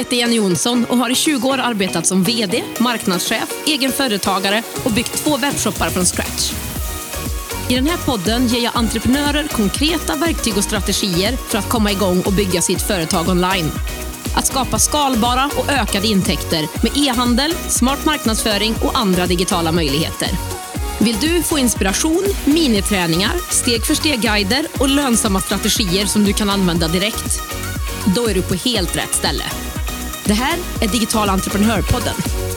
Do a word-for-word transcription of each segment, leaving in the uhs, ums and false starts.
heter Jenny Jonsson och har i tjugo år arbetat som vd, marknadschef, egen företagare och byggt två webbshoppar från scratch. I den här podden ger jag entreprenörer konkreta verktyg och strategier för att komma igång och bygga sitt företag online. Att skapa skalbara och ökade intäkter med e-handel, smart marknadsföring och andra digitala möjligheter. Vill du få inspiration, miniträningar, steg för steg-guider och lönsamma strategier som du kan använda direkt? Då är du på helt rätt ställe. Det här är Digital Entreprenörpodden.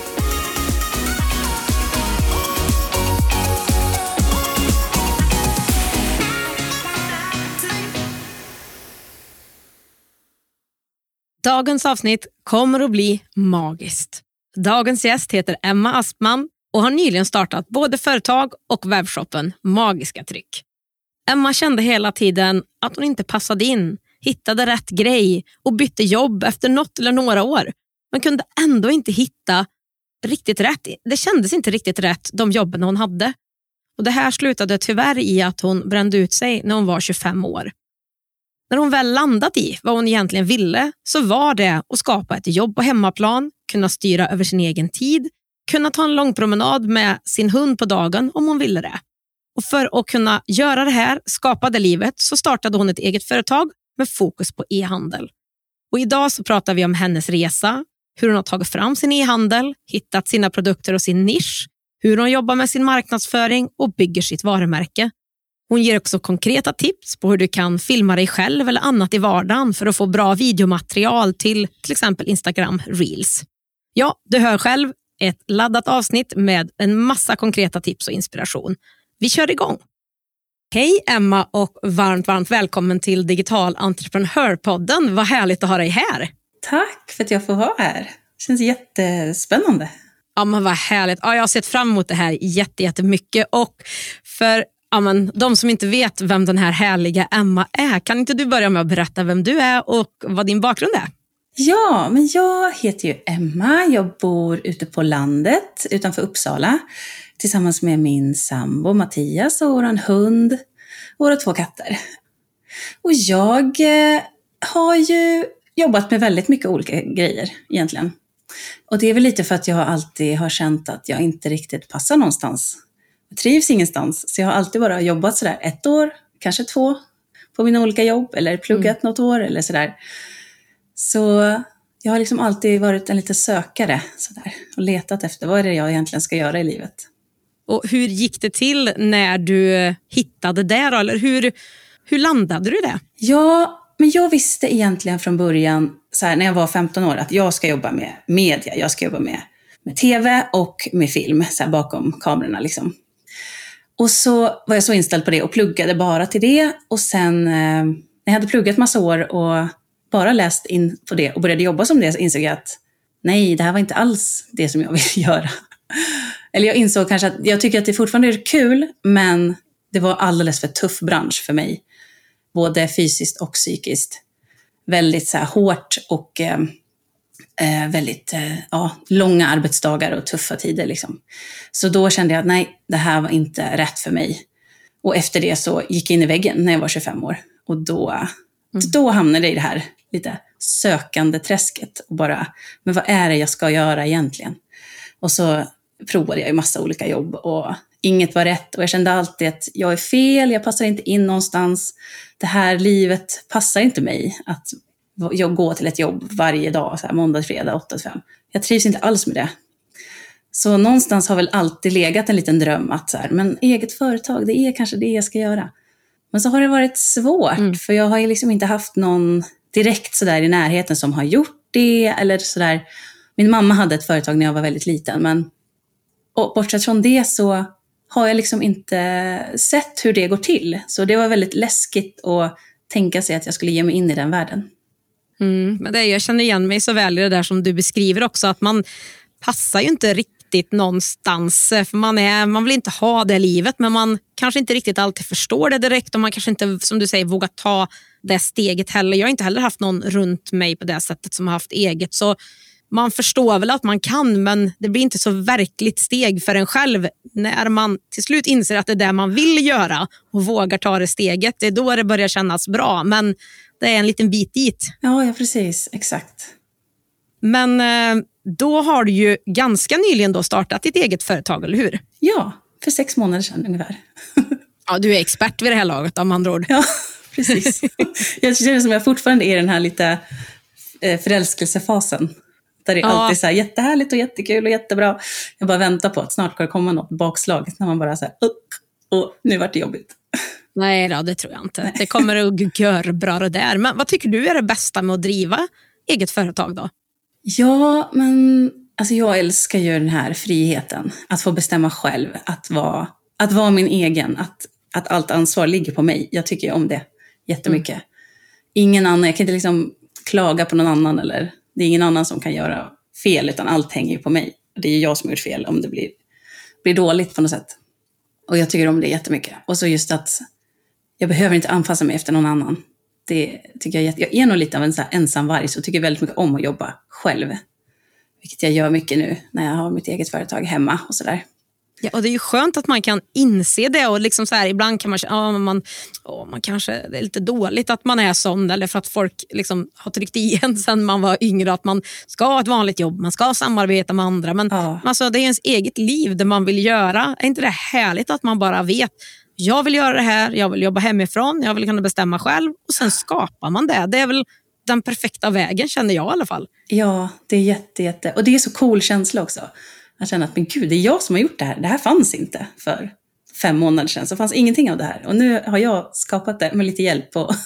Dagens avsnitt kommer att bli magiskt. Dagens gäst heter Emma Aspman och har nyligen startat både företag och webbshoppen Magiska Tryck. Emma kände hela tiden att hon inte passade in, hittade rätt grej och bytte jobb efter något eller några år. Men kunde ändå inte hitta riktigt rätt. Det kändes inte riktigt rätt, de jobben hon hade. Och det här slutade tyvärr i att hon brände ut sig när hon var tjugofem år. När hon väl landat i vad hon egentligen ville så var det att skapa ett jobb på hemmaplan, kunna styra över sin egen tid, kunna ta en lång promenad med sin hund på dagen om hon ville det. Och för att kunna göra det här, skapa det livet, så startade hon ett eget företag med fokus på e-handel. Och idag så pratar vi om hennes resa, hur hon har tagit fram sin e-handel, hittat sina produkter och sin nisch, hur hon jobbar med sin marknadsföring och bygger sitt varumärke. Hon ger också konkreta tips på hur du kan filma dig själv eller annat i vardagen för att få bra videomaterial till till exempel Instagram Reels. Ja, du hör själv ett laddat avsnitt med en massa konkreta tips och inspiration. Vi kör igång! Hej Emma och varmt, varmt välkommen till Digital Entreprenörpodden. Vad härligt att ha dig här. Tack för att jag får vara här. Det känns jättespännande. Ja, men vad härligt. Ja, jag har sett fram emot det här jätte, jättemycket. Och för ja, men, de som inte vet vem den här härliga Emma är, kan inte du börja med att berätta vem du är och vad din bakgrund är? Ja, men jag heter ju Emma. Jag bor ute på landet utanför Uppsala tillsammans med min sambo Mattias och vår hund och våra två katter. Och jag eh, har ju jobbat med väldigt mycket olika grejer egentligen. Och det är väl lite för att jag alltid har känt att jag inte riktigt passar någonstans. Jag trivs ingenstans, så jag har alltid bara jobbat sådär ett år, kanske två på mina olika jobb eller pluggat mm. något år eller sådär. Så jag har liksom alltid varit en liten sökare sådär, och letat efter vad är det jag egentligen ska göra i livet. Och hur gick det till när du hittade det då? Eller hur, hur landade du det? Ja, men jag visste egentligen från början så här, när jag var femton år att jag ska jobba med media. Jag ska jobba med, med tv och med film så här, bakom kamerorna liksom. Och så var jag så inställd på det och pluggade bara till det. Och sen eh, när jag hade pluggat massa år och bara läst in på det och började jobba som det, så insåg jag att nej, det här var inte alls det som jag ville göra. Eller jag insåg kanske att jag tycker att det fortfarande är kul, men det var alldeles för tuff bransch för mig. Både fysiskt och psykiskt. Väldigt så här hårt och eh, väldigt eh, ja, långa arbetsdagar och tuffa tider liksom. Så då kände jag att nej, det här var inte rätt för mig. Och efter det så gick jag in i väggen när jag var tjugofem år. Och då, mm. då hamnade jag i det här lite sökande träsket. Och bara, men vad är det jag ska göra egentligen? Och så provade jag ju massa olika jobb och inget var rätt. Och jag kände alltid att jag är fel, jag passar inte in någonstans. Det här livet passar inte mig att jag går till ett jobb varje dag, så här, måndag, fredag, åtta till fem. Jag trivs inte alls med det. Så någonstans har väl alltid legat en liten dröm att så här, men eget företag, det är kanske det jag ska göra. Men så har det varit svårt, mm. för jag har ju liksom inte haft någon direkt så där i närheten som har gjort det. Eller så där. Min mamma hade ett företag när jag var väldigt liten, men och bortsett från det så har jag liksom inte sett hur det går till. Så det var väldigt läskigt att tänka sig att jag skulle ge mig in i den världen. Mm, men det, jag känner igen mig så väl i det där som du beskriver också, att man passar ju inte riktigt någonstans, för man, är, man vill inte ha det livet, men man kanske inte riktigt alltid förstår det direkt och man kanske inte, som du säger, vågar ta det steget heller. Jag har inte heller haft någon runt mig på det sättet som har haft eget, så man förstår väl att man kan, men det blir inte så verkligt steg för en själv när man till slut inser att det är det man vill göra och vågar ta det steget. Det är då det börjar kännas bra, men det är en liten bit dit. Ja, ja precis, exakt. Men eh, då har du ju ganska nyligen då startat ditt eget företag, eller hur? Ja, för sex månader sedan ungefär. Ja, du är expert vid det här laget, om andra ord. Ja, precis. Jag känner som jag fortfarande är i den här lite eh, förälskelsefasen. Där det är Ja. alltid så här jättehärligt och jättekul och jättebra. Jag bara väntar på att snart ska det komma något bakslag. När man bara så här, och nu vart det jobbigt. Nej då, det tror jag inte. Det kommer att göra bra det där. Men vad tycker du är det bästa med att driva eget företag då? Ja, men alltså jag älskar ju den här friheten. Att få bestämma själv. Att vara, att vara min egen. Att, att allt ansvar ligger på mig. Jag tycker om det jättemycket. Mm. Ingen annan, jag kan inte liksom klaga på någon annan. Eller det är ingen annan som kan göra fel. Utan allt hänger ju på mig. Det är ju jag som har gjort fel om det blir, blir dåligt på något sätt. Och jag tycker om det jättemycket. Och så just att jag behöver inte anpassa mig efter någon annan. Det tycker jag, jag är nog lite av en så här ensamvarg, så tycker väldigt mycket om att jobba själv. Vilket jag gör mycket nu när jag har mitt eget företag hemma och sådär. Ja, och det är ju skönt att man kan inse det, och liksom så här, ibland kan man känna ja, man, oh, man kanske, det är lite dåligt att man är sån, eller för att folk liksom har tryckt igen sedan man var yngre att man ska ha ett vanligt jobb, man ska samarbeta med andra, men ja. alltså, det är ens eget liv det man vill göra. Är inte det härligt att man bara vet, jag vill göra det här, jag vill jobba hemifrån, jag vill kunna bestämma själv, och sen skapar man det. Det är väl den perfekta vägen, känner jag i alla fall. Ja, det är jätte, jätte. Och det är så cool känsla också. Att känna att men gud, det är jag som har gjort det här. Det här fanns inte för fem månader sedan. Så fanns ingenting av det här. Och nu har jag skapat det med lite hjälp och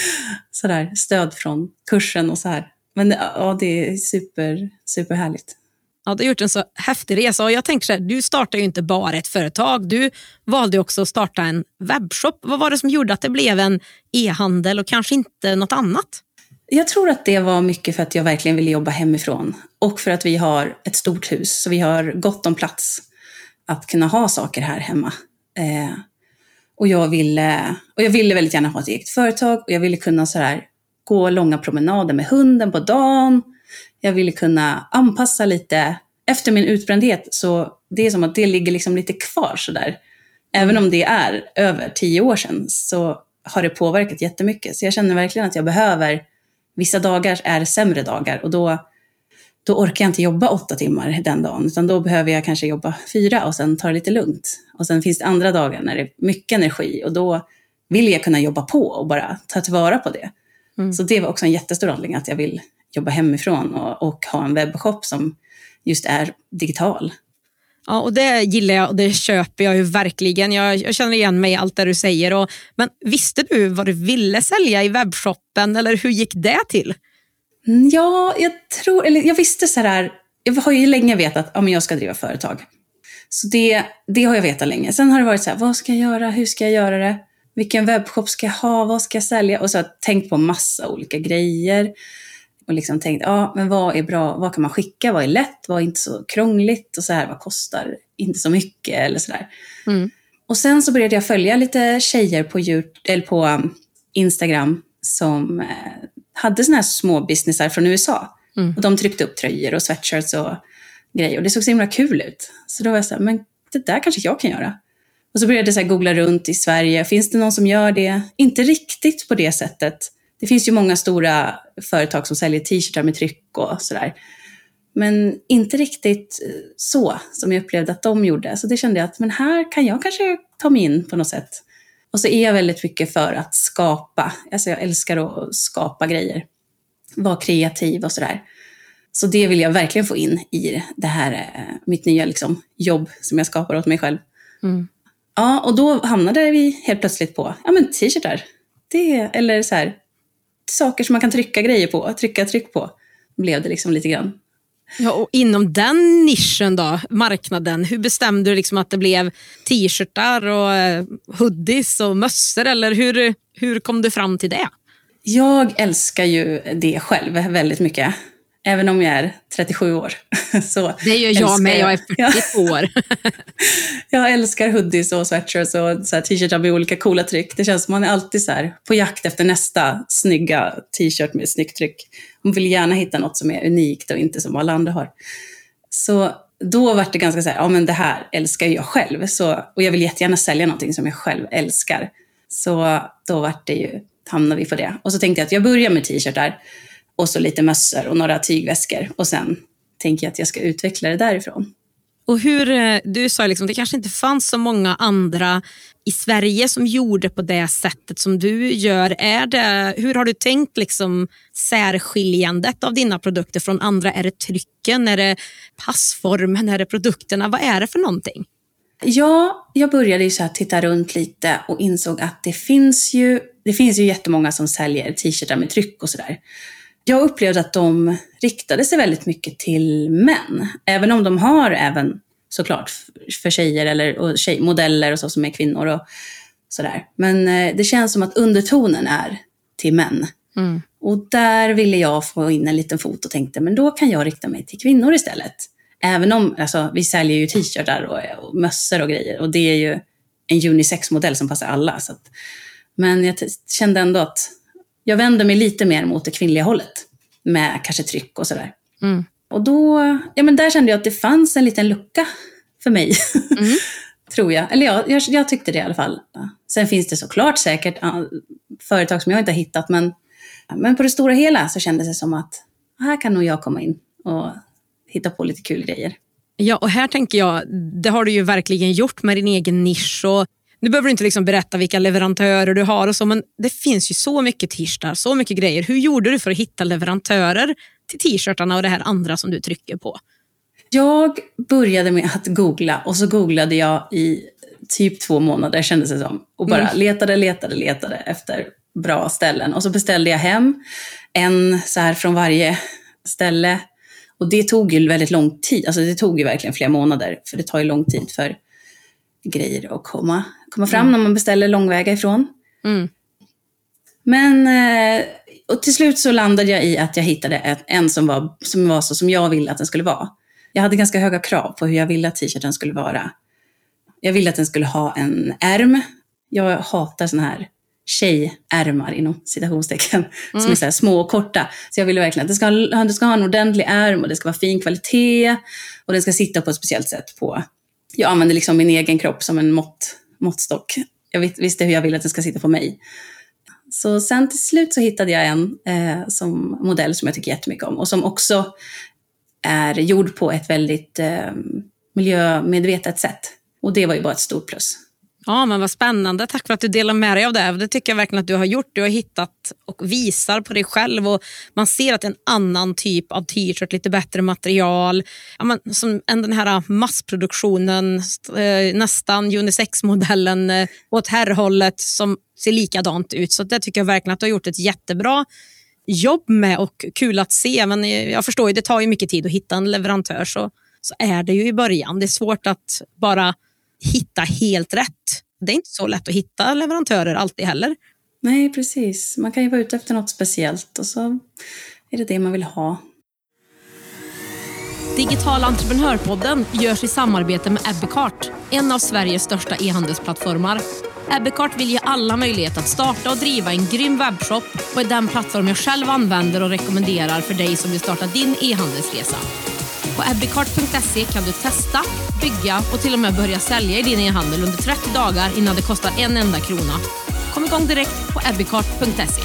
sådär, stöd från kursen och så här. Men ja, det är super, super härligt. Ja, du har gjort en så häftig resa, och jag tänker så här, du startade ju inte bara ett företag, du valde också att starta en webbshop. Vad var det som gjorde att det blev en e-handel och kanske inte något annat? Jag tror att det var mycket för att jag verkligen ville jobba hemifrån. Och för att vi har ett stort hus, så vi har gott om plats att kunna ha saker här hemma. Eh, och, jag ville, och jag ville väldigt gärna ha ett eget företag, och jag ville kunna så här, gå långa promenader med hunden på dagen. Jag ville kunna anpassa lite efter min utbrändhet, så det är som att det ligger liksom lite kvar så där. Även om det är över tio år sedan så har det påverkat jättemycket. Så jag känner verkligen att jag behöver, vissa dagar är sämre dagar, och då, då orkar jag inte jobba åtta timmar den dagen. Utan då behöver jag kanske jobba fyra och sen ta det lite lugnt. Och sen finns det andra dagar när det är mycket energi, och då vill jag kunna jobba på och bara ta tillvara på det. Mm. Så det var också en jättestor anledning att jag vill jobba hemifrån och, och ha en webbshop som just är digital. Ja, och det gillar jag, och det köper jag ju verkligen. Jag, jag känner igen mig i allt det du säger. Och, men visste du vad du ville sälja i webbshoppen, eller hur gick det till? Ja, jag tror, eller jag visste så här, jag har ju länge vetat att ja, men jag ska driva företag. Så det, det har jag vetat länge. Sen har det varit så här, vad ska jag göra, hur ska jag göra det? Vilken webbshop ska jag ha, vad ska jag sälja? Och så har jag tänkt på massa olika grejer. Och liksom tänkt, ja men vad är bra, vad kan man skicka, vad är lätt, vad är inte så krångligt, och så här, vad kostar inte så mycket eller sådär. Mm. Och sen så började jag följa lite tjejer på, YouTube, eller på Instagram som eh, hade såna här små businessar från U S A. Mm. Och de tryckte upp tröjor och sweatshirts och grejer, och det såg så himla kul ut. Så då var jag så här, men det där kanske jag kan göra. Och så började jag så här googla runt i Sverige, finns det någon som gör det? Inte riktigt på det sättet. Det finns ju många stora företag som säljer t-shirtar med tryck och sådär. Men inte riktigt så som jag upplevde att de gjorde. Så det kände jag att men här kan jag kanske ta mig in på något sätt. Och så är jag väldigt mycket för att skapa. Alltså jag älskar att skapa grejer. Vara kreativ och sådär. Så det vill jag verkligen få in i det här, mitt nya liksom, jobb som jag skapar åt mig själv. Mm. Ja, och då hamnade vi helt plötsligt på ja, men t-shirtar. Det, eller så här, saker som man kan trycka grejer på, trycka tryck på, blev det liksom lite grann. Ja, och inom den nischen då, marknaden, hur bestämde du liksom att det blev t-shirtar och hoodies och mössor, eller hur, hur kom du fram till det? Jag älskar ju det själv väldigt mycket. Även om jag är trettiosju år. Så det gör jag med, jag är fyrtiotvå år. Jag älskar hoodies och sweatshirts och så här t-shirtar med olika coola tryck. Det känns som man är alltid så här på jakt efter nästa snygga t-shirt med snyggt tryck. Man vill gärna hitta något som är unikt och inte som alla andra har. Så då var det ganska så här, ja men det här älskar jag själv. Så, och jag vill jättegärna sälja någonting som jag själv älskar. Så då var det ju, hamnade vi på det. Och så tänkte jag att jag börjar med t-shirtar. Och så lite mössor och några tygväskor. Och sen tänker jag att jag ska utveckla det därifrån. Och hur, du sa liksom, det kanske inte fanns så många andra i Sverige som gjorde på det sättet som du gör. Är det, hur har du tänkt liksom särskiljandet av dina produkter från andra? Är det trycken, är det passformen, är det produkterna? Vad är det för någonting? Ja, jag började ju så här titta runt lite och insåg att det finns ju, det finns ju jättemånga som säljer t-shirtar med tryck och sådär. Jag upplevde att de riktade sig väldigt mycket till män. Även om de har även såklart för tjejer eller och tjej, modeller och så som är kvinnor och sådär. Men eh, det känns som att undertonen är till män. Mm. Och där ville jag få in en liten fot och tänkte, men då kan jag rikta mig till kvinnor istället. Även om, alltså, vi säljer ju t-shirtar och, och mössor och grejer. Och det är ju en unisex-modell som passar alla. Så att, men jag t- kände ändå att jag vänder mig lite mer mot det kvinnliga hållet. Med kanske tryck och sådär. Mm. Och då, ja men där kände jag att det fanns en liten lucka för mig. Mm. Tror jag. Eller ja, jag, jag tyckte det i alla fall. Sen finns det såklart säkert uh, företag som jag inte har hittat. Men, men på det stora hela så kändes det som att här kan nog jag komma in och hitta på lite kul grejer. Ja, och här tänker jag, det har du ju verkligen gjort med din egen nisch. Och nu behöver du inte liksom berätta vilka leverantörer du har och så, men det finns ju så mycket t-shirtar, så mycket grejer. Hur gjorde du för att hitta leverantörer till t-shirtarna och det här andra som du trycker på? Jag började med att googla och så googlade jag i typ två månader kändes det som. Och bara mm. letade, letade, letade efter bra ställen. Och så beställde jag hem en så här från varje ställe. Och det tog ju väldigt lång tid. Alltså det tog ju verkligen flera månader. För det tar ju lång tid för grejer att komma, komma fram mm. när man beställer långväga ifrån. Mm. Men och till slut så landade jag i att jag hittade ett, en som var, som var så som jag ville att den skulle vara. Jag hade ganska höga krav på hur jag ville att t-shirten skulle vara. Jag ville att den skulle ha en ärm. Jag hatar såna här tjejärmar inom citationstecken. Mm. Som är så här små och korta. Så jag ville verkligen att det ska, ha, det ska ha en ordentlig ärm. Och det ska vara fin kvalitet. Och den ska sitta på ett speciellt sätt på. Jag använder liksom min egen kropp som en mått, måttstock. Jag visste hur jag ville att den ska sitta på mig. Så sen till slut så hittade jag en eh, som modell som jag tycker jättemycket om. Och som också är gjord på ett väldigt eh, miljömedvetet sätt. Och det var ju bara ett stort plus. Ja, men vad spännande. Tack för att du delar med dig av det. Det tycker jag verkligen att du har gjort. Du har hittat och visar på dig själv. Och man ser att en annan typ av t-shirt, lite bättre material. Ja, men, som än den här massproduktionen, eh, nästan unisex-modellen eh, åt herrhållet som ser likadant ut. Så det tycker jag verkligen att du har gjort ett jättebra jobb med och kul att se. Men jag förstår ju, det tar ju mycket tid att hitta en leverantör. Så, så är det ju i början. Det är svårt att bara hitta helt rätt. Det är inte så lätt att hitta leverantörer alltid heller. Nej, precis. Man kan ju vara ute efter något speciellt och så är det det man vill ha. Digital entreprenörpodden görs i samarbete med Ebbecart, en av Sveriges största e-handelsplattformar. Ebbecart vill ge alla möjlighet att starta och driva en grym webbshop och är den plattform jag själv använder och rekommenderar för dig som vill starta din e-handelsresa. På ebbecart punkt se kan du testa, bygga och till och med börja sälja i din e-handel under trettio dagar innan det kostar en enda krona. Kom igång direkt på ebbecart punkt se.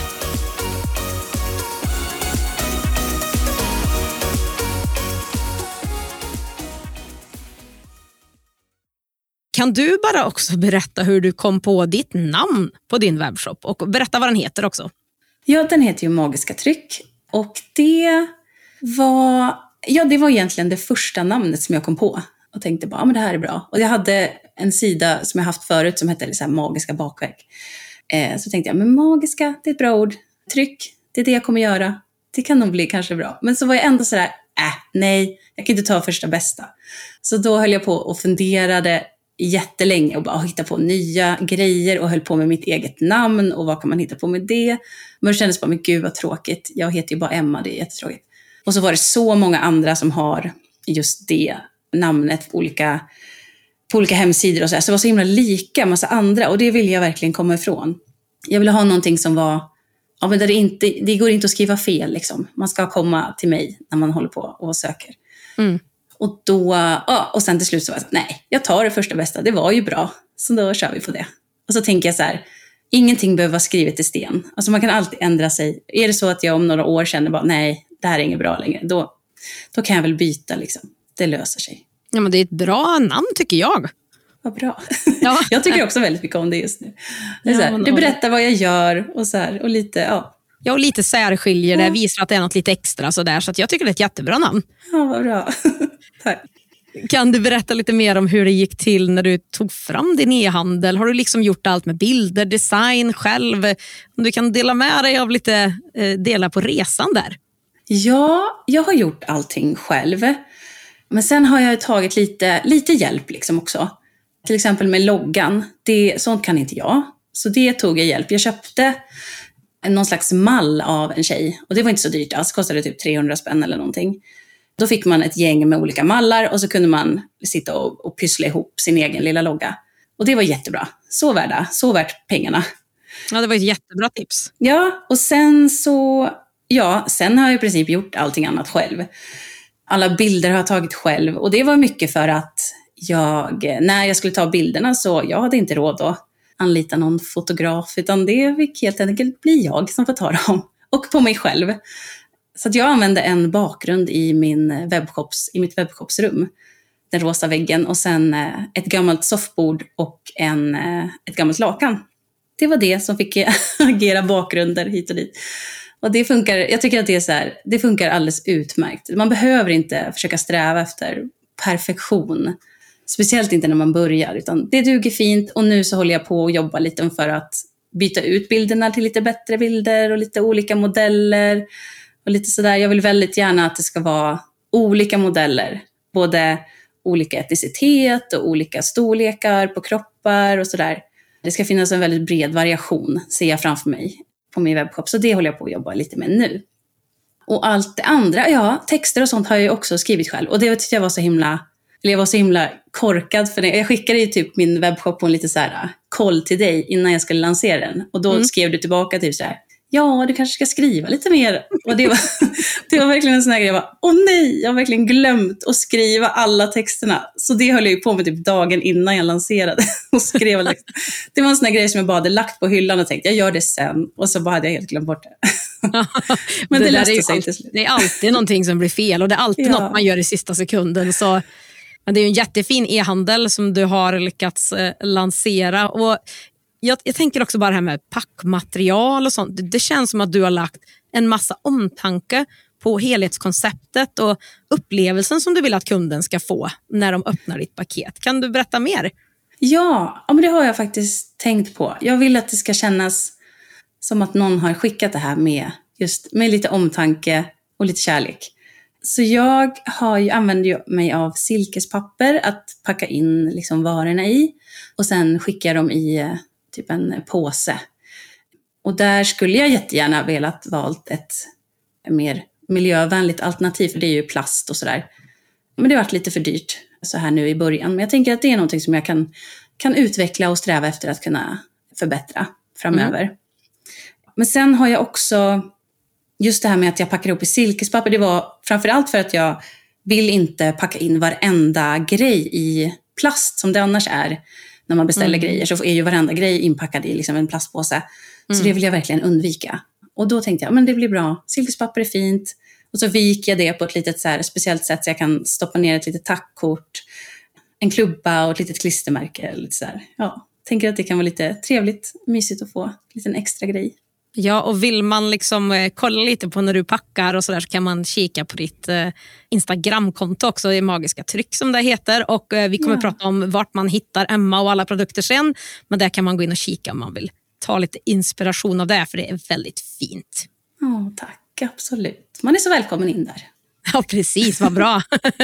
Kan du bara också berätta hur du kom på ditt namn på din webbshop och berätta vad den heter också? Ja, den heter ju Magiska Tryck och det var... Ja, det var egentligen det första namnet som jag kom på. Och tänkte bara, ja men det här är bra. Och jag hade en sida som jag haft förut som hette så här, Magiska bakverk. Eh, så tänkte jag, men magiska, det är ett bra ord. Tryck, det är det jag kommer göra. Det kan nog bli kanske bra. Men så var jag ändå sådär, äh, nej, jag kan inte ta första bästa. Så då höll jag på och funderade jättelänge och bara hitta på nya grejer och höll på med mitt eget namn. Och vad kan man hitta på med det? Men det kändes bara, men gud vad tråkigt. Jag heter ju bara Emma, det är jättetråkigt. Och så var det så många andra som har just det namnet på olika, på olika hemsidor och så här. Så det var så himla lika massa andra och det ville jag verkligen komma ifrån. Jag ville ha någonting som var, ja men där det inte, det går inte att skriva fel liksom. Man ska komma till mig när man håller på och söker. Mm. Och då, ja, och sen till slut så var jag så, nej, jag tar det första bästa, det var ju bra. Så då kör vi på det. Och så tänker jag så här, Ingenting behöver vara skrivet i sten. Alltså man kan alltid ändra sig. Är det så att jag om några år känner bara, nej, det här är inget bra längre. Då, då kan jag väl byta liksom. Det löser sig. Ja, men det är ett bra namn tycker jag. Vad bra. Ja. Jag tycker också väldigt mycket om det just nu. Det, är så här, Ja, men, det berättar vad jag gör och så här, och lite, ja. Ja, och lite särskiljer det, Ja. visar att det är något lite extra sådär. Så att jag tycker det är ett jättebra namn. Ja, vad bra. Tack. Kan du berätta lite mer om hur det gick till när du tog fram din e-handel? Har du liksom gjort allt med bilder, design själv? Om du kan dela med dig av lite eh, delar på resan där. Ja, jag har gjort allting själv. Men sen har jag tagit lite, lite hjälp liksom också. Till exempel med loggan. Det, sånt kan inte jag. Så det tog jag hjälp. Jag köpte någon slags mall av en tjej. Och det var inte så dyrt alls. Det kostade typ trehundra spänn eller någonting. Då fick man ett gäng med olika mallar. Och så kunde man sitta och, och pyssla ihop sin egen lilla logga. Och det var jättebra. Så värda. Så värt pengarna. Ja, det var ett jättebra tips. Ja, och sen så... Ja, sen har jag i princip gjort allting annat själv. Alla bilder har jag tagit själv. Och det var mycket för att jag... När jag skulle ta bilderna så jag hade inte råd att anlita någon fotograf. Utan det fick helt enkelt bli jag som får ta dem. Och på mig själv. Så att jag använde en bakgrund i, min webbshops, i mitt webbshopsrum. Den rosa väggen och sen ett gammalt soffbord och en, ett gammalt lakan. Det var det som fick agera bakgrunder hit och dit. Och det funkar, jag tycker att det är så här, det funkar alldeles utmärkt. Man behöver inte försöka sträva efter perfektion. Speciellt inte när man börjar. Utan det duger fint och nu så håller jag på att jobba lite för att byta ut bilderna till lite bättre bilder och lite olika modeller. Och lite sådär, jag vill väldigt gärna att det ska vara olika modeller. Både olika etnicitet och olika storlekar på kroppar och sådär. Det ska finnas en väldigt bred variation, ser jag framför mig på min webbshop. Så det håller jag på att jobba lite med nu. Och allt det andra, ja, texter och sånt har jag ju också skrivit själv. Och det tyckte jag var så himla, eller jag var så himla korkad för det. Jag skickade ju typ min webbshop på en lite så här koll till dig innan jag skulle lansera den. Och då mm. skrev du tillbaka typ så här: ja, du kanske ska skriva lite mer. Och det var, det var verkligen en sån här grej. Jag bara, åh nej, jag har verkligen glömt att skriva alla texterna. Så det höll jag ju på med typ dagen innan jag lanserade. Och skrev liksom. Det var en sån här grej som jag bara hade lagt på hyllan och tänkte, jag gör det sen. Och så bara hade jag helt glömt bort det. Men det, det löste sig alltid, till slut. Det är alltid någonting som blir fel. Och det är alltid ja. något man gör i sista sekunden. Så, men det är ju en jättefin e-handel som du har lyckats eh, lansera. Och Jag, jag tänker också bara det här med packmaterial och sånt. Det, det känns som att du har lagt en massa omtanke på helhetskonceptet och upplevelsen som du vill att kunden ska få när de öppnar ditt paket. Kan du berätta mer? Ja, ja men det har jag faktiskt tänkt på. Jag vill att det ska kännas som att någon har skickat det här med, just med lite omtanke och lite kärlek. Så jag har ju, använder ju mig av silkespapper att packa in liksom varorna i. Och sen skickar jag dem i typ en påse. Och där skulle jag jättegärna velat valt ett mer miljövänligt alternativ. För det är ju plast och sådär. Men det har varit lite för dyrt så här nu i början. Men jag tänker att det är någonting som jag kan, kan utveckla och sträva efter att kunna förbättra framöver. Mm. Men sen har jag också just det här med att jag packar ihop i silkespapper. Det var framförallt för att jag vill inte packa in varenda grej i plast som det annars är. När man beställer mm. grejer så är ju varenda grej inpackad i liksom en plastpåse. Mm. Så det vill jag verkligen undvika. Och då tänkte jag, men det blir bra. Silkespapper är fint. Och så viker jag det på ett litet så här speciellt sätt så jag kan stoppa ner ett litet tackkort, en klubba och ett litet klistermärke. Lite så här. Ja, tänker att det kan vara lite trevligt, mysigt att få en liten extra grej. Ja, och vill man liksom eh, kolla lite på när du packar och så där så kan man kika på ditt eh, Instagramkonto också, det är Magiska Tryck som det heter. Och eh, vi kommer ja. prata om vart man hittar Emma och alla produkter sen. Men där kan man gå in och kika om man vill ta lite inspiration av det, för det är väldigt fint. Ja, tack, absolut. Man är så välkommen in där. Ja, precis, vad bra.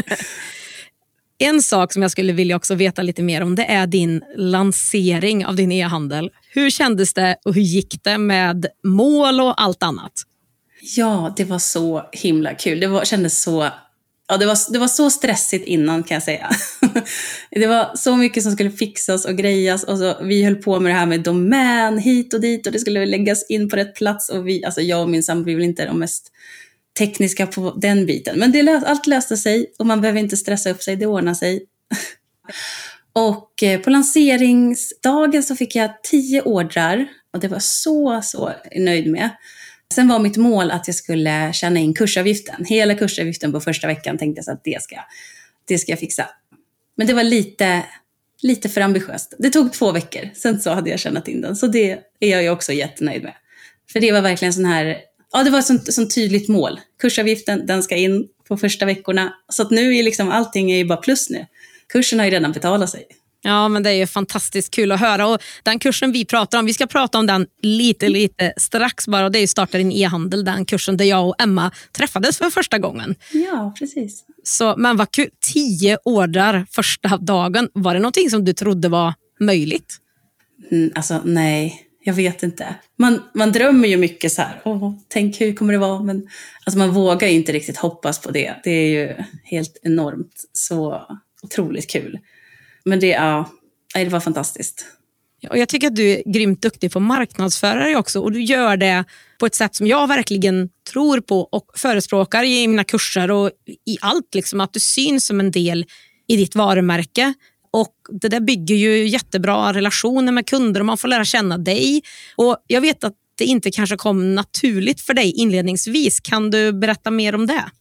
En sak som jag skulle vilja också veta lite mer om, det är din lansering av din e-handel. Hur kändes det och hur gick det med mål och allt annat? Ja, det var så himla kul. Det var, kändes så, ja, det var, det var så stressigt innan kan jag säga. Det var så mycket som skulle fixas och grejas. Och så, vi höll på med det här med domän hit och dit och det skulle läggas in på rätt plats. Och vi, alltså jag och min sambo, vi vill inte de mest tekniska på den biten. Men det lös, allt löste sig och man behöver inte stressa upp sig, det ordnar sig. Och på lanseringsdagen så fick jag tio ordrar Och det var så, så nöjd med. Sen var mitt mål att jag skulle tjäna in kursavgiften. Hela kursavgiften på första veckan tänkte jag så att det ska, det ska jag fixa. Men det var lite, lite för ambitiöst. Det tog två veckor, sen så hade jag tjänat in den. Så det är jag ju också jättenöjd med. För det var verkligen sån här, ja det var ett sånt, sånt tydligt mål. Kursavgiften, den ska in på första veckorna. Så att nu är liksom allting är ju bara plus nu. Kursen har ju redan betalat sig. Ja, men det är ju fantastiskt kul att höra. Och den kursen vi pratar om, vi ska prata om den lite, lite strax bara. Och det är ju Starta din e-handel, den kursen där jag och Emma träffades för första gången. Ja, precis. Så, men vad kul, tio ordrar första dagen. Var det någonting som du trodde var möjligt? Mm, alltså nej, jag vet inte. Man, man drömmer ju mycket så här, åh, tänk hur kommer det vara? Men alltså, man vågar ju inte riktigt hoppas på det. Det är ju helt enormt, så otroligt kul. Men det, ja, det var fantastiskt. Och jag tycker att du är grymt duktig på marknadsförare också. Och du gör det på ett sätt som jag verkligen tror på och förespråkar i mina kurser och i allt. Liksom, att du syns som en del i ditt varumärke. Och det där bygger ju jättebra relationer med kunder och man får lära känna dig. Och jag vet att det inte kanske kom naturligt för dig inledningsvis. Kan du berätta mer om det?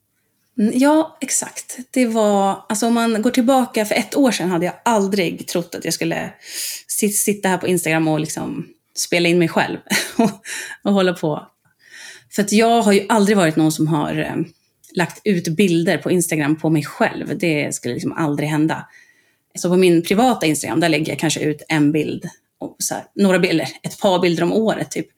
Ja, exakt. Det var, alltså om man går tillbaka för ett år sedan hade jag aldrig trott att jag skulle sitta här på Instagram och liksom spela in mig själv och, och hålla på. För att jag har ju aldrig varit någon som har eh, lagt ut bilder på Instagram på mig själv. Det skulle liksom aldrig hända. Så på min privata Instagram, där lägger jag kanske ut en bild och så här, några bilder, ett par bilder om året typ.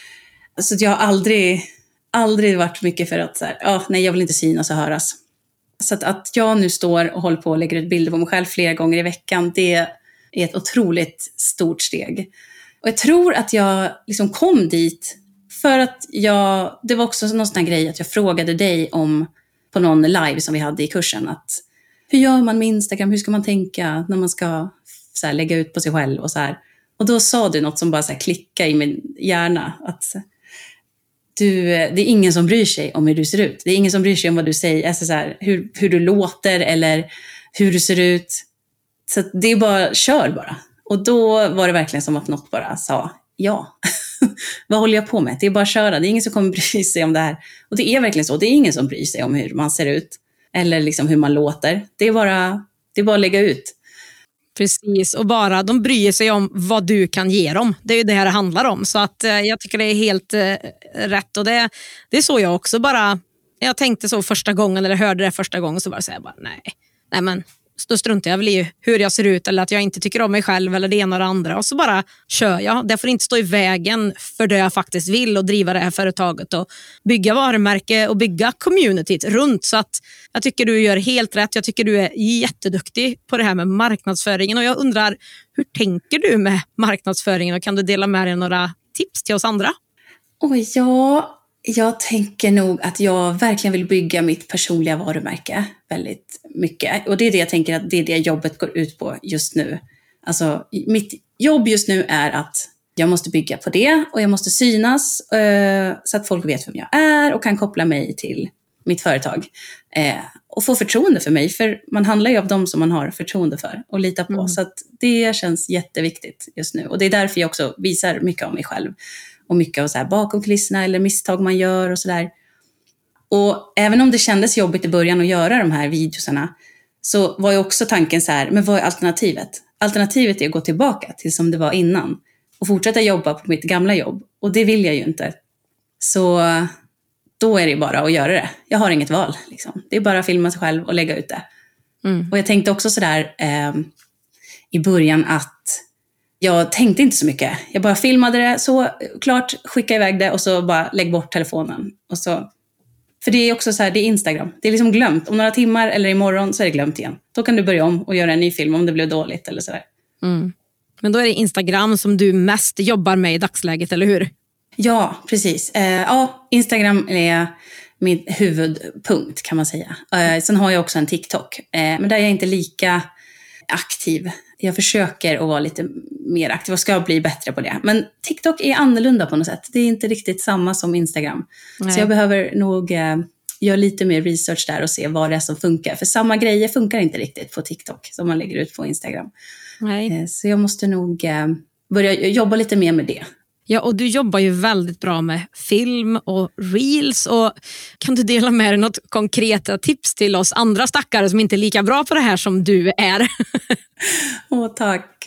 Så jag har aldrig... aldrig varit mycket för att så här, oh, nej, jag vill inte synas och höras. Så att, att jag nu står och håller på och lägger ut bilder på mig själv flera gånger i veckan, det är ett otroligt stort steg. Och jag tror att jag liksom kom dit för att jag, det var också någon sån här grej att jag frågade dig om på någon live som vi hade i kursen, att hur gör man med Instagram, hur ska man tänka när man ska så här, lägga ut på sig själv och så här. Och då sa du något som bara så här klickade i min hjärna, att Du, det är ingen som bryr sig om hur du ser ut. Det är ingen som bryr sig om vad du säger, alltså så här, hur, hur du låter eller hur du ser ut. Så det är bara, kör bara. Och då var det verkligen som att något bara sa, ja, vad håller jag på med? Det är bara att köra, det är ingen som kommer bry sig om det här. Och det är verkligen så, det är ingen som bryr sig om hur man ser ut. Eller liksom hur man låter. Det är bara, det är bara att lägga ut. Precis, och bara de bryr sig om vad du kan ge dem. Det är ju det här det handlar om. Så att eh, jag tycker det är helt eh, rätt. Och det, det är så jag också bara... Jag tänkte så första gången, eller hörde det första gången, så bara säga bara nej. Nej men, då struntar jag väl i hur jag ser ut eller att jag inte tycker om mig själv eller det ena och det andra. Och så bara kör jag. Det får inte stå i vägen för det jag faktiskt vill och driva det här företaget och bygga varumärke och bygga communityt runt. Så att jag tycker du gör helt rätt. Jag tycker du är jätteduktig på det här med marknadsföringen och jag undrar, hur tänker du med marknadsföringen och kan du dela med dig några tips till oss andra? Oh, ja, jag tänker nog att jag verkligen vill bygga mitt personliga varumärke väldigt mycket. Och det är det jag tänker att det är det jobbet går ut på just nu. Alltså mitt jobb just nu är att jag måste bygga på det och jag måste synas eh, så att folk vet vem jag är och kan koppla mig till mitt företag. Eh, och få förtroende för mig, för man handlar ju av dem som man har förtroende för och litar på. Mm. Så att det känns jätteviktigt just nu. Och det är därför jag också visar mycket om mig själv. Och mycket av så här bakom kulisserna eller misstag man gör och sådär. Och även om det kändes jobbigt i början att göra de här videosarna, så var ju också tanken så här, men vad är alternativet? Alternativet är att gå tillbaka till som det var innan. Och fortsätta jobba på mitt gamla jobb. Och det vill jag ju inte. Så då är det bara att göra det. Jag har inget val. Liksom. Det är bara att filma sig själv och lägga ut det. Mm. Och jag tänkte också sådär eh, i början att jag tänkte inte så mycket. Jag bara filmade det så klart, skickade iväg det och så bara lägg bort telefonen. Och så, för det är också så här, det är Instagram. Det är liksom glömt. Om några timmar eller imorgon så är det glömt igen. Då kan du börja om och göra en ny film om det blev dåligt eller sådär. Mm. Men då är det Instagram som du mest jobbar med i dagsläget, eller hur? Ja, precis. Eh, ja, Instagram är min huvudpunkt kan man säga. Eh, sen har jag också en TikTok. Eh, men där är jag inte lika aktiv. Jag försöker att vara lite mer aktiv och ska bli bättre på det. Men TikTok är annorlunda på något sätt. Det är inte riktigt samma som Instagram. Nej. Så jag behöver nog eh, göra lite mer research där och se vad det är som funkar. För samma grejer funkar inte riktigt på TikTok som man lägger ut på Instagram. Nej. Eh, så jag måste nog eh, börja jobba lite mer med det. Ja, och du jobbar ju väldigt bra med film och reels. Och kan du dela med dig något konkreta tips till oss andra stackare som inte är lika bra på det här som du är? Åh, tack.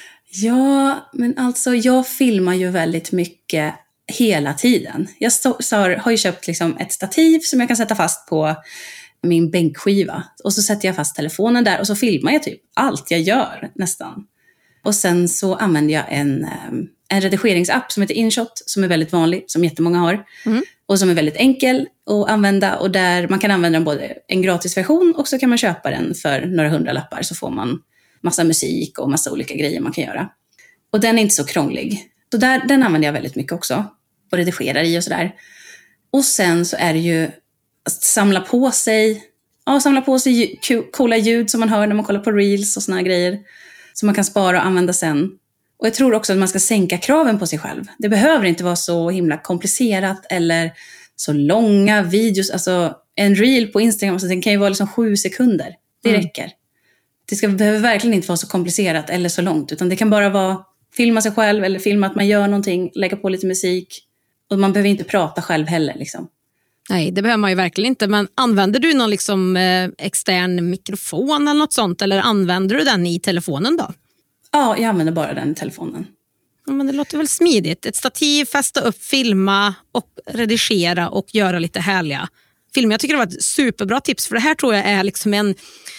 Ja, men alltså jag filmar ju väldigt mycket hela tiden. Jag stå, så har, har ju köpt liksom ett stativ som jag kan sätta fast på min bänkskiva. Och så sätter jag fast telefonen där och så filmar jag typ allt jag gör nästan. Och sen så använder jag en, en redigeringsapp som heter InShot som är väldigt vanlig, som jättemånga har. Mm. Och som är väldigt enkel att använda och där man kan använda den både en gratisversion och så kan man köpa den för några hundra lappar så får man massa musik och massa olika grejer man kan göra. Och den är inte så krånglig. Så där, den använder jag väldigt mycket också och redigerar i och sådär. Och sen så är det ju att samla på sig, ja, samla på sig coola ljud som man hör när man kollar på reels och såna här grejer. Som man kan spara och använda sen. Och jag tror också att man ska sänka kraven på sig själv. Det behöver inte vara så himla komplicerat eller så långa videos. Alltså en reel på Instagram, alltså, den kan ju vara liksom sju sekunder. Det mm. räcker. Det ska, behöver verkligen inte vara så komplicerat eller så långt. Utan det kan bara vara filma sig själv eller filma att man gör någonting. Lägga på lite musik. Och man behöver inte prata själv heller liksom. Nej, det behöver man ju verkligen inte. Men använder du någon liksom, eh, extern mikrofon eller något sånt? Eller använder du den i telefonen då? Ja, jag använder bara den i telefonen. Ja, men det låter väl smidigt. Ett stativ, fästa upp, filma och redigera och göra lite härliga filmer. Jag tycker det var ett superbra tips. För det här tror jag är liksom en...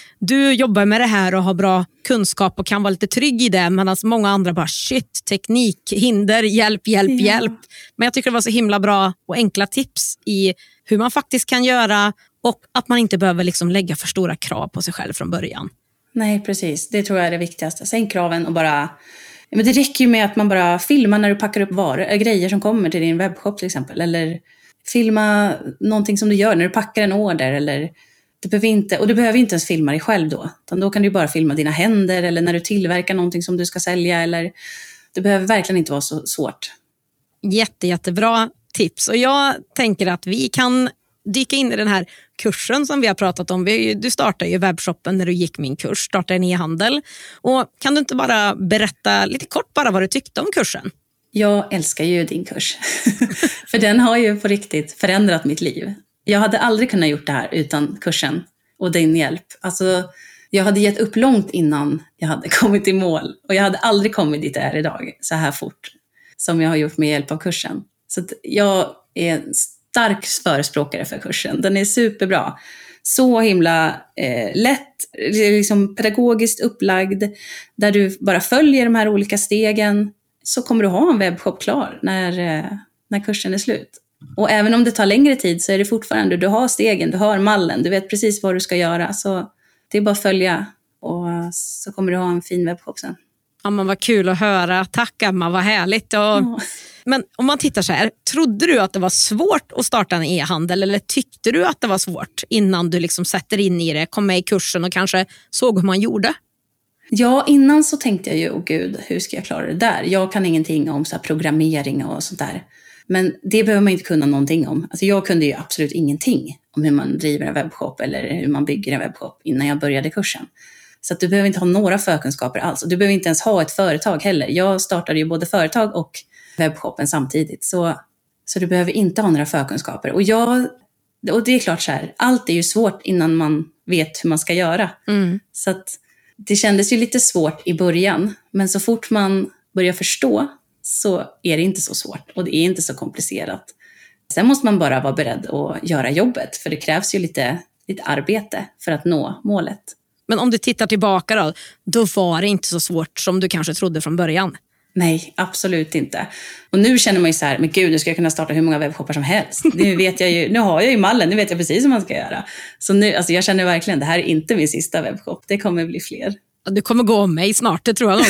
Du jobbar med det här och har bra kunskap och kan vara lite trygg i det. Medan många andra bara shit, teknik, hinder, hjälp, hjälp, ja. hjälp. Men jag tycker det var så himla bra och enkla tips i hur man faktiskt kan göra. Och att man inte behöver liksom lägga för stora krav på sig själv från början. Nej, precis. Det tror jag är det viktigaste. Sänk kraven och bara... Men det räcker ju med att man bara filmar när du packar upp varor, grejer som kommer till din webbshop till exempel. Eller filma någonting som du gör när du packar en order eller... Du behöver inte, och du behöver inte ens filma dig själv då. Utan då kan du bara filma dina händer eller när du tillverkar någonting som du ska sälja. Eller, det behöver verkligen inte vara så svårt. Jätte, jättebra tips. Och jag tänker att vi kan dyka in i den här kursen som vi har pratat om. Vi, du startade ju webbshoppen när du gick min kurs, startade en e-handel. Och kan du inte bara berätta lite kort bara vad du tyckte om kursen? Jag älskar ju din kurs. För den har ju på riktigt förändrat mitt liv. Jag hade aldrig kunnat gjort det här utan kursen och din hjälp. Alltså, jag hade gett upp långt innan jag hade kommit i mål. Och jag hade aldrig kommit dit jag är idag så här fort som jag har gjort med hjälp av kursen. Så att jag är en stark förespråkare för kursen. Den är superbra. Så himla eh, lätt, liksom pedagogiskt upplagd. Där du bara följer de här olika stegen. Så kommer du ha en webbshop klar när, eh, när kursen är slut. Och även om det tar längre tid så är det fortfarande, du har stegen, du har mallen, du vet precis vad du ska göra. Så det är bara att följa och så kommer du ha en fin webbshop sen. Ja, men vad kul att höra. Tack Emma, vad härligt. Och... Ja. Men om man tittar så här, trodde du att det var svårt att starta en e-handel eller tyckte du att det var svårt innan du liksom sätter in i det, kom med i kursen och kanske såg hur man gjorde? Ja, innan så tänkte jag ju, åh gud, hur ska jag klara det där? Jag kan ingenting om så här programmering och sånt där. Men det behöver man inte kunna någonting om. Alltså jag kunde ju absolut ingenting om hur man driver en webbshop eller hur man bygger en webbshop innan jag började kursen. Så att du behöver inte ha några förkunskaper alls. Och du behöver inte ens ha ett företag heller. Jag startade ju både företag och webbshoppen samtidigt. Så, så du behöver inte ha några förkunskaper. Och, jag, och det är klart så här, allt är ju svårt innan man vet hur man ska göra. Mm. Så att det kändes ju lite svårt i början. Men så fort man börjar förstå så är det inte så svårt och det är inte så komplicerat. Sen måste man bara vara beredd att göra jobbet, för det krävs ju lite, lite arbete för att nå målet. Men om du tittar tillbaka då, då var det inte så svårt som du kanske trodde från början? Nej, absolut inte. Och nu känner man ju så här, men gud, nu ska jag kunna starta hur många webbshoppar som helst. Nu vet jag ju, nu har jag ju mallen, nu vet jag precis hur man ska göra. Så nu, alltså jag känner verkligen, det här är inte min sista webbshop, det kommer bli fler. Ja, du kommer gå om mig snart, det tror jag nog.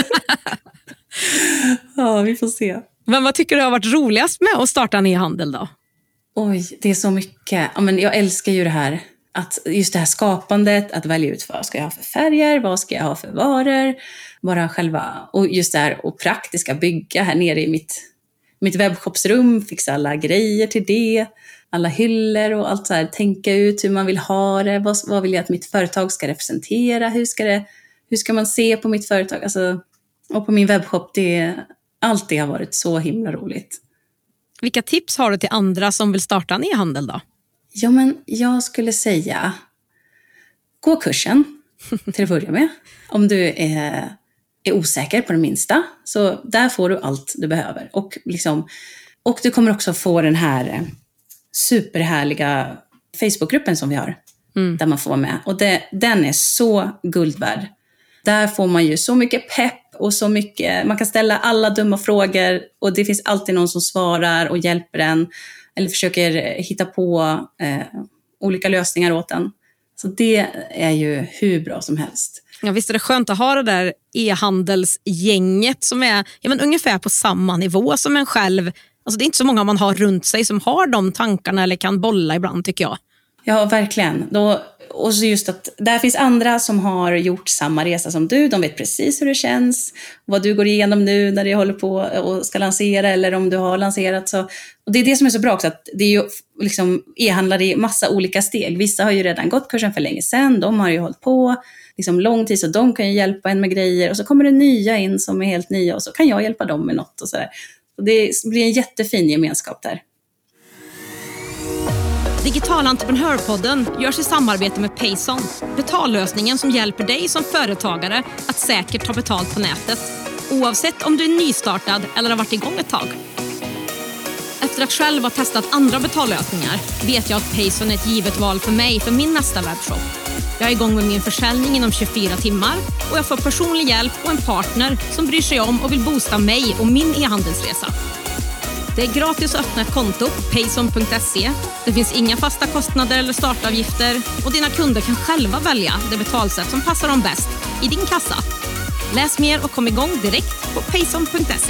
Ja, vi får se. Men vad tycker du har varit roligast med att starta en e-handel då? Oj, det är så mycket. Ja, men jag älskar ju det här. Att just det här skapandet, att välja ut vad ska jag ha för färger, vad ska jag ha för varor. Bara själva, och just det här och praktiska bygga här nere i mitt, mitt webbshopsrum. Fixa alla grejer till det. Alla hyllor och allt så här. Tänka ut hur man vill ha det. Vad, vad vill jag att mitt företag ska representera? Hur ska, det, hur ska man se på mitt företag? Alltså... Och på min webbshop, det, Allt det har varit så himla roligt. Vilka tips har du till andra som vill starta en e-handel då? Ja, men jag skulle säga, gå kursen till att börja med. Om du är, är osäker på det minsta, så där får du allt du behöver. Och, liksom, och du kommer också få den här superhärliga Facebookgruppen som vi har. Mm. Där man får vara med. Och det, den är så guld värd. Där får man ju så mycket pepp och så mycket, man kan ställa alla dumma frågor och det finns alltid någon som svarar och hjälper en eller försöker hitta på eh, olika lösningar åt en. Så det är ju hur bra som helst. Ja, visst är det skönt att ha det där e-handelsgänget som är ja, men ungefär på samma nivå som en själv. Alltså det är inte så många man har runt sig som har de tankarna eller kan bolla ibland, tycker jag. Ja, verkligen. Då, och så just att där finns andra som har gjort samma resa som du. De vet precis hur det känns. Vad du går igenom nu när du håller på och ska lansera eller om du har lanserat. Så, och det är det som är så bra också. Att det är ju liksom e-handlare i massa olika steg. Vissa har ju redan gått kursen för länge sedan. De har ju hållit på liksom lång tid så de kan ju hjälpa en med grejer. Och så kommer det nya in som är helt nya och så kan jag hjälpa dem med något och sådär. Så det blir en jättefin gemenskap där. Digital Entreprenörpodden görs i samarbete med Payson. Betallösningen som hjälper dig som företagare att säkert ta betalt på nätet. Oavsett om du är nystartad eller har varit igång ett tag. Efter att själv ha testat andra betallösningar vet jag att Payson är ett givet val för mig för min nästa webbshop. Jag är igång med min försäljning inom tjugofyra timmar och jag får personlig hjälp och en partner som bryr sig om och vill boosta mig och min e-handelsresa. Det är gratis att öppna ett konto på payson punkt se. Det finns inga fasta kostnader eller startavgifter och dina kunder kan själva välja det betalsätt som passar dem bäst i din kassa. Läs mer och kom igång direkt på payson punkt se.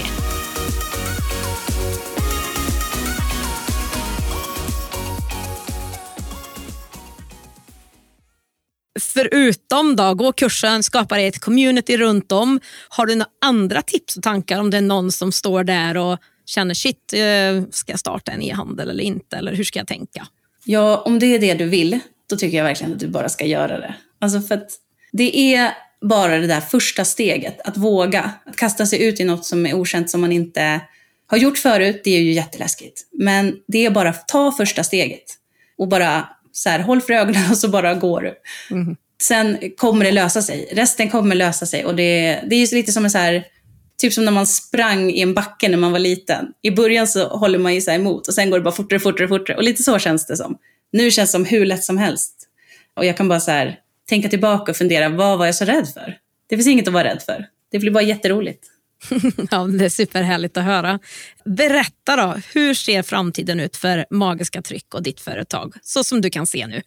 Förutom då, gå kursen, skapa ett community runt om. Har du några andra tips och tankar om det är någon som står där och känner shit, ska jag starta en e-handel eller inte? Eller hur ska jag tänka? Ja, om det är det du vill, då tycker jag verkligen att du bara ska göra det. Alltså för att det är bara det där första steget, att våga. Att kasta sig ut i något som är okänt som man inte har gjort förut, det är ju jätteläskigt. Men det är bara att ta första steget och bara så här, håll för ögonen och så bara går du. Mm. Sen kommer det lösa sig. Resten kommer lösa sig och det, det är ju lite som en så här, typ som när man sprang i en backe när man var liten. I början så håller man ju sig emot och sen går det bara fortare, fortare, fortare. Och lite så känns det som. Nu känns det som hur lätt som helst. Och jag kan bara så här tänka tillbaka och fundera, vad var jag så rädd för? Det finns inget att vara rädd för. Det blir bara jätteroligt. Ja, det är superhärligt att höra. Berätta då, hur ser framtiden ut för Magiska Tryck och ditt företag? Så som du kan se nu.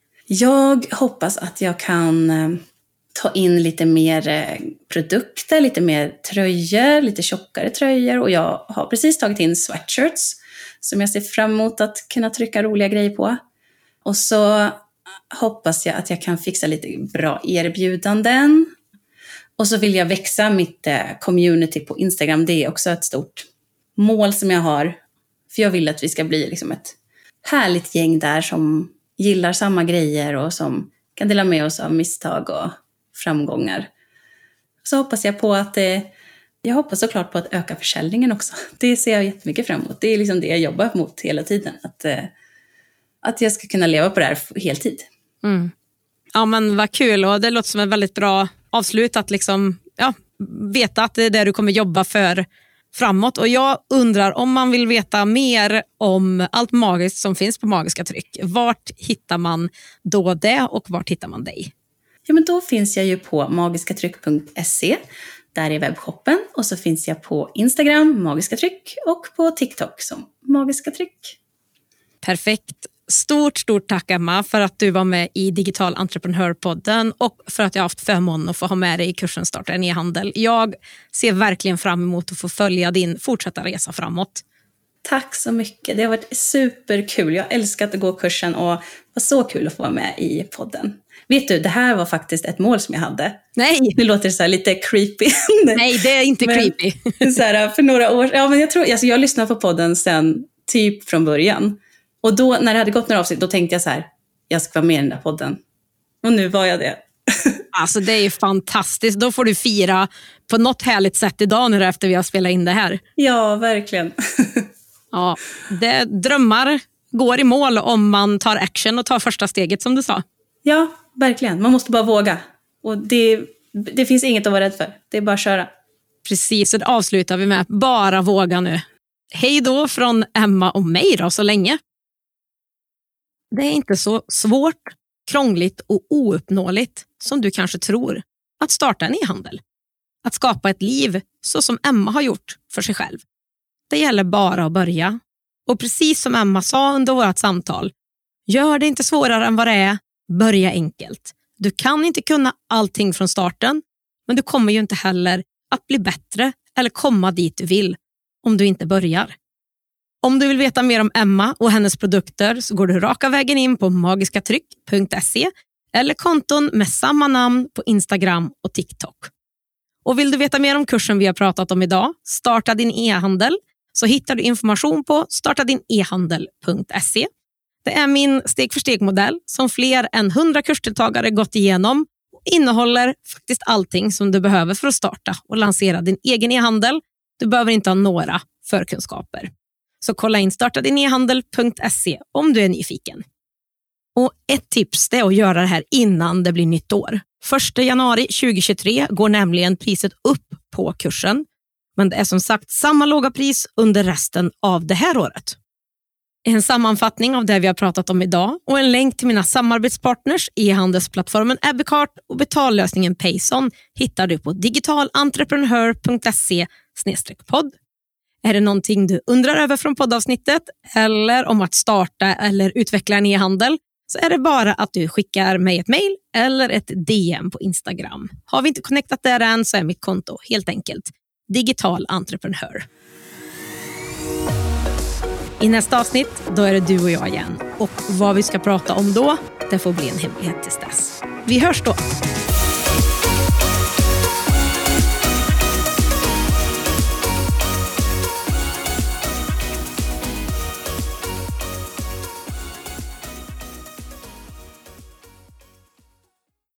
Jag hoppas att jag kan ta in lite mer produkter, lite mer tröjor, lite tjockare tröjor. Och jag har precis tagit in sweatshirts som jag ser fram emot att kunna trycka roliga grejer på. Och så hoppas jag att jag kan fixa lite bra erbjudanden. Och så vill jag växa mitt community på Instagram. Det är också ett stort mål som jag har. För jag vill att vi ska bli liksom ett härligt gäng där som gillar samma grejer och som kan dela med oss av misstag och framgångar. Så hoppas jag på att det, jag hoppas såklart på att öka försäljningen också. Det ser jag jättemycket fram emot. Det är liksom det jag jobbar mot hela tiden. Att, att jag ska kunna leva på det här heltid. Mm. Ja, men vad kul, och det låter som en väldigt bra avslut att liksom, ja, veta att det är det du kommer jobba för framåt. Och jag undrar om man vill veta mer om allt magiskt som finns på Magiska Tryck. Vart hittar man då det och vart hittar man dig? Ja, men då finns jag ju på magiskatryck punkt se. Där är webbshoppen. Och så finns jag på Instagram, Magiska Tryck, och på TikTok som Magiska Tryck. Perfekt. Stort, stort tack Emma för att du var med i Digital Entreprenörpodden och för att jag har haft förmånen att få ha med dig i kursen Starta en e-handel. Jag ser verkligen fram emot att få följa din fortsatta resa framåt. Tack så mycket. Det har varit superkul. Jag älskar att gå kursen och det var så kul att få vara med i podden. Vet du, det här var faktiskt ett mål som jag hade. Nej! Nu låter det så här lite creepy. Nej, det är inte men, creepy. Så här, för några år, ja, men jag tror, alltså jag lyssnade på podden sen typ från början. Och då, när det hade gått några avsnitt, då tänkte jag så här, jag ska vara med i den där podden. Och nu var jag det. Alltså det är ju fantastiskt. Då får du fira på något härligt sätt idag nu efter vi har spelat in det här. Ja, verkligen. Ja, det, drömmar går i mål om man tar action och tar första steget som du sa. Ja, verkligen. Man måste bara våga. Och det, det finns inget att vara rädd för. Det är bara att köra. Precis, så det avslutar vi med. Bara våga nu. Hej då från Emma och mig då så länge. Det är inte så svårt, krångligt och ouppnåeligt som du kanske tror att starta en e-handel. Att skapa ett liv så som Emma har gjort för sig själv. Det gäller bara att börja. Och precis som Emma sa under vårt samtal, gör det inte svårare än vad det är, börja enkelt. Du kan inte kunna allting från starten, men du kommer ju inte heller att bli bättre eller komma dit du vill om du inte börjar. Om du vill veta mer om Emma och hennes produkter så går du raka vägen in på magiskatryck punkt se eller konton med samma namn på Instagram och TikTok. Och vill du veta mer om kursen vi har pratat om idag, Starta din e-handel, så hittar du information på starta din e handel punkt se. Det är min steg-för-steg-modell som fler än hundra kursdeltagare gått igenom och innehåller faktiskt allting som du behöver för att starta och lansera din egen e-handel. Du behöver inte ha några förkunskaper. Så kolla in starta din e handel punkt se om du är nyfiken. Och ett tips är att göra det här innan det blir nytt år. första januari tjugohundratjugotre går nämligen priset upp på kursen. Men det är som sagt samma låga pris under resten av det här året. En sammanfattning av det vi har pratat om idag och en länk till mina samarbetspartners, e-handelsplattformen Ebbecart och betallösningen Payson hittar du på digitalentreprenör punkt se slash podd. Är det någonting du undrar över från poddavsnittet eller om att starta eller utveckla en e-handel så är det bara att du skickar mig ett mejl eller ett D M på Instagram. Har vi inte connectat där än så är mitt konto helt enkelt Digital Entreprenör. I nästa avsnitt då är det du och jag igen. Och vad vi ska prata om då, det får bli en hemlighet tills dess. Vi hörs då!